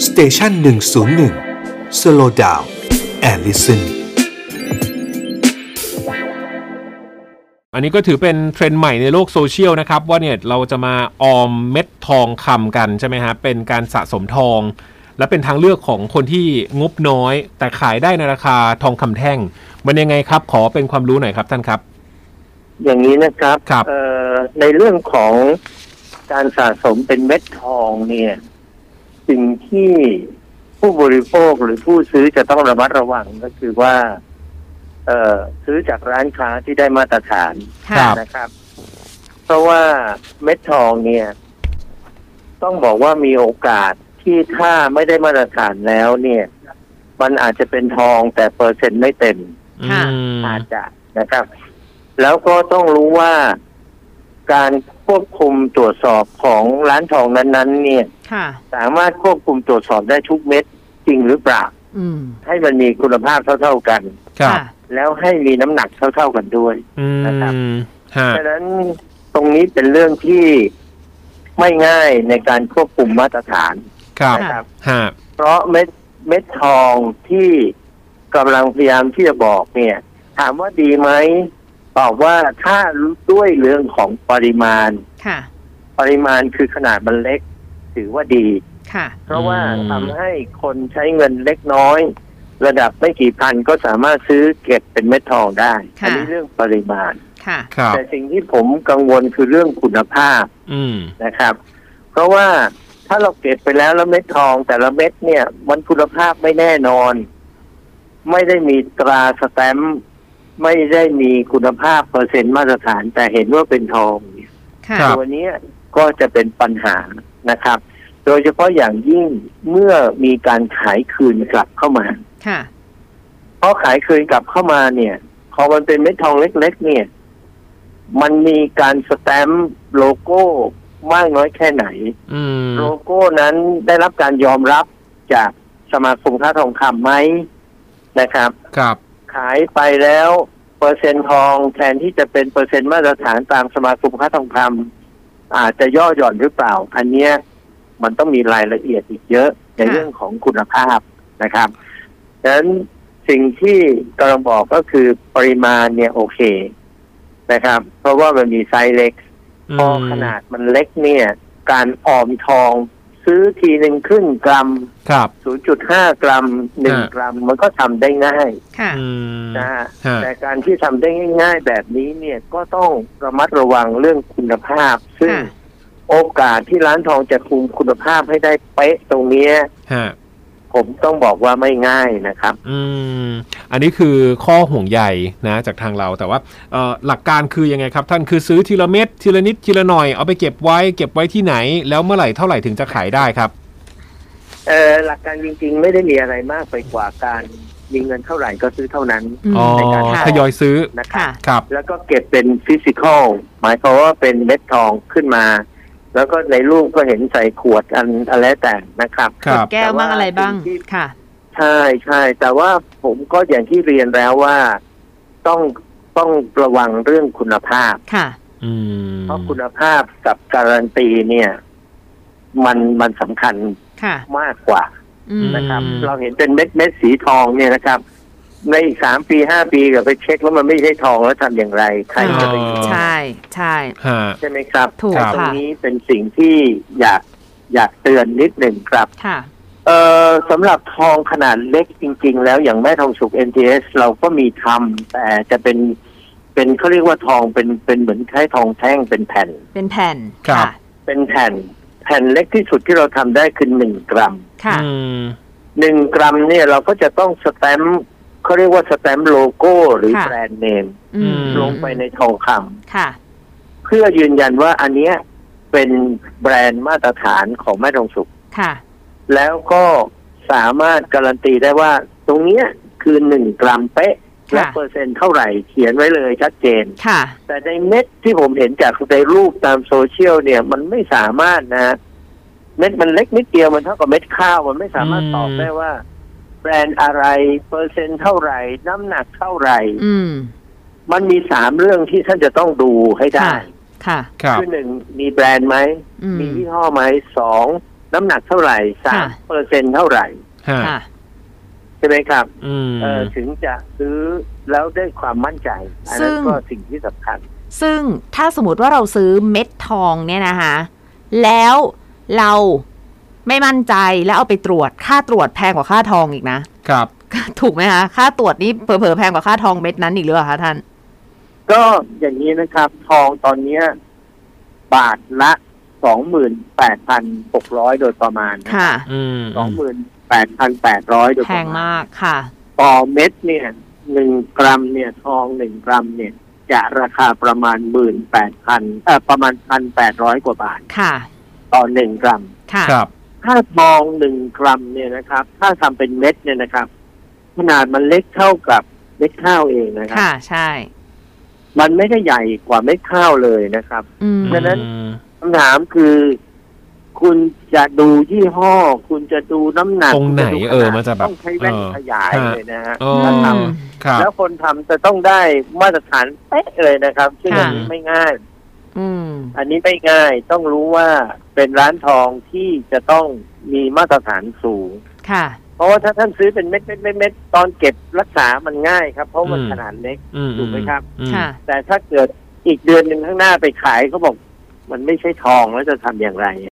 สเตชัน101 Slow Down and Listen อันนี้ก็ถือเป็นเทรนด์ใหม่ในโลกโซเชียลนะครับว่าเนี่ยเราจะมาออมเม็ดทองคำกันใช่ไหมฮะเป็นการสะสมทองและเป็นทางเลือกของคนที่งบน้อยแต่ขายได้ในราคาทองคำแท่งมันยังไงครับขอเป็นความรู้หน่อยครับท่านครับอย่างนี้นะครับในเรื่องของการสะสมเป็นเม็ดทองเนี่ยสิ่งที่ผู้บริโภคหรือผู้ซื้อจะต้องระมัดระวังก็คือว่าซื้อจากร้านค้าที่ได้มาตรฐานนะครับเพราะว่าเม็ดทองเนี่ยต้องบอกว่ามีโอกาสที่ถ้าไม่ได้มาตรฐานแล้วเนี่ยมันอาจจะเป็นทองแต่เปอร์เซ็นต์ไม่เต็มอาจจะนะครับแล้วก็ต้องรู้ว่าการควบคุมตรวจสอบของร้านทองนั้นๆเนี่ยสามารถควบคุมตรวจสอบได้ทุกเม็ดจริงหรือเปล่าให้มันมีคุณภาพเท่าๆกันแล้วให้มีน้ำหนักเท่าๆกันด้วยนะครับฉะนั้นตรงนี้เป็นเรื่องที่ไม่ง่ายในการควบคุมมาตรฐานนะครับเพราะเม็ดทองที่กำลังพยายามที่จะบอกเนี่ยถามว่าดีไหมตอบว่าถ้าด้วยเรื่องของปริมาณปริมาณคือขนาดมันเล็กถือว่าดีเพราะว่าทำให้คนใช้เงินเล็กน้อยระดับไม่กี่พันก็สามารถซื้อเก็บเป็นเม็ดทองได้อันนี้เรื่องปริมาณแต่สิ่งที่ผมกังวลคือเรื่องคุณภาพนะครับเพราะว่าถ้าเราเก็บไปแล้วเม็ดทองแต่ละเม็ดเนี่ยมันคุณภาพไม่แน่นอนไม่ได้มีตราสแตมป์ไม่ได้มีคุณภาพเปอร์เซ็นต์มาตรฐานแต่เห็นว่าเป็นทองตัวนี้ก็จะเป็นปัญหานะครับโดยเฉพาะอย่างยิ่งเมื่อมีการขายคืนกลับเข้ามาเพราะขายคืนกลับเข้ามาเนี่ยพอมันเป็นเม็ดทองเล็กๆเนี่ยมันมีการสแตมป์โลโก้มากน้อยแค่ไหนโลโก้นั้นได้รับการยอมรับจากสมาคมค้าทองคำไหมนะครับขายไปแล้วเปอร์เซ็นต์ทองแทนที่จะเป็นเปอร์เซ็นต์มาตรฐานตามสมาคมค้าทองคำอาจจะย่อหย่อนหรือเปล่าอันเนี้ยมันต้องมีรายละเอียดอีกเยอะในเรื่องของคุณภาพนะครับดังนั้นสิ่งที่กำลังบอกก็คือปริมาณเนี่ยโอเคนะครับเพราะว่ามันมีไซส์เล็กพอขนาดมันเล็กเนี่ยการออมทองซื้อทีหนึ่งครึ่งกรัม 0.5 กรัม1 กรัมมันก็ทำได้ง่ายนะฮะแต่การที่ทำได้ง่ายๆแบบนี้เนี่ยก็ต้องระมัดระวังเรื่องคุณภาพซึ่งโอกาสที่ร้านทองจะคุมคุณภาพให้ได้เป๊ะตรงนี้ผมต้องบอกว่าไม่ง่ายนะครับอันนี้คือข้อห่วงใยนะจากทางเราแต่ว่าหลักการคือยังไงครับท่านคือซื้อทีละเม็ดทีละนิดทีละหน่อยเอาไปเก็บไว้ที่ไหนแล้วเมื่อไหร่เท่าไหร่ถึงจะขายได้ครับหลักการจริงๆไม่ได้มีอะไรมากไปกว่าการมีเงินเท่าไหร่ก็ซื้อเท่านั้นในการทยอยซื้อนะครับแล้วก็เก็บเป็นฟิสิกอลหมายความว่าเป็นเม็ดทองขึ้นมาแล้วก็ในรูปก็เห็นใส่ขวดอะไรแต่นะครับแก้วบ้างอะไรบ้างค่ะใช่แต่ว่าผมก็อย่างที่เรียนแล้วว่าต้องระวังเรื่องคุณภาพค่ะเพราะคุณภาพกับการันตีเนี่ยมันสำคัญมากกว่านะครับเราเห็นเป็นเม็ดสีทองเนี่ยนะครับในอีก3 ปี 5 ปีก็ไปเช็คแล้วมันไม่ใช่ทองแล้วทำอย่างไรใครจะไปรู้ใช่ใช่ไหมครับถูกตรงนี้เป็นสิ่งที่อยากเตือนนิดหนึ่งครับค่ะสำหรับทองขนาดเล็กจริงๆแล้วอย่างแม่ทองสุก NTS เราก็มีทำแต่จะเป็นเขาเรียกว่าทองเป็นเหมือนคล้ายทองแท่งเป็นแผ่นค่ะเป็นแผ่นเล็กที่สุดที่เราทำได้คือ1 กรัมค่ะ 1 กรัมเนี่ยเราก็จะต้องสแตมป์เขาเรียกว่าสแตมป์โลโก้หรือแบรนด์เนมลงไปในทองคำเพื่อยืนยันว่าอันเนี้ยเป็นแบรนด์มาตรฐานของแม่ทองสุกแล้วก็สามารถการันตีได้ว่าตรงเนี้ยคือ1 กรัมเป๊ะและเปอร์เซ็นต์เท่าไหร่เขียนไว้เลยชัดเจนแต่ในเม็ดที่ผมเห็นจากในรูปตามโซเชียลเนี่ยมันไม่สามารถนะเม็ดมันเล็กนิดเดียวมันเท่ากับเม็ดข้าวมันไม่สามารถตอบได้ว่าแบรนด์อะไรเปอร์เซ็นต์เท่าไหร่น้ำหนักเท่าไหร่มันมี3 เรื่องที่ท่านจะต้องดูให้ได้คือ1มีแบรนด์ไหมมียี่ห้อไหม2 น้ำหนักเท่าไหร่3%เท่าไหร่ค่ะใช่ไหมครับๆถึงจะซื้อแล้วได้ความมั่นใจอันนั้นก็สิ่งที่สำคัญซึ่งถ้าสมมติว่าเราซื้อเม็ดทองเนี่ยนะคะแล้วเราไม่มั่นใจแล้วเอาไปตรวจค่าตรวจแพงกว่าค่าทองอีกนะครับ ถูกไหมคะค่าตรวจนี่เผลอๆแพงกว่าค่าทองเม็ดนั้นอีกหรือเปล่าคะท่านก็อย่างนี้นะครับทองตอนนี้บาทละ 28,600 โดยประมาณค่ะ 28,800 โดยประมาณแพงมากค่ะต่อเม็ดเนี่ย1 กรัมเนี่ยทอง1 กรัมเนี่ยจะราคาประมาณ 18,000 ประมาณ 1,800 กว่าบาทค่ะต่อ1 กรัมค่ะครับถ้าทอง1 กรัมเนี่ยนะครับถ้าทำเป็นเม็ดเนี่ยนะครับขนาดมันเล็กเท่ากับเม็ดข้าวเองนะครับค่ะใช่มันไม่ได้ใหญ่กว่าเม็ดข้าวเลยนะครับเพราะฉะนั้นคำถามคือคุณจะดูยี่ห้อคุณจะดูน้ำหนักตรงไหนมันจะแบบต้องใช้แว่นขยายเลยนะฮะถ้าทำแล้วคนทำจะต้องได้มาตรฐานเป๊ะเลยนะครับซึ่งอันนี้ไม่ง่ายอันนี้ไม่ง่ายต้องรู้ว่าเป็นร้านทองที่จะต้องมีมาตรฐานสูงค่ะเพราะว่าถ้าท่านซื้อเป็นเม็ดตอนเก็บรักษามันง่ายครับเพราะมันขนาดเล็กถูกไหมครับแต่ถ้าเกิดอีกเดือนหนึ่งข้างหน้าไปขายเขาบอกมันไม่ใช่ทองแล้วจะทำอย่างไร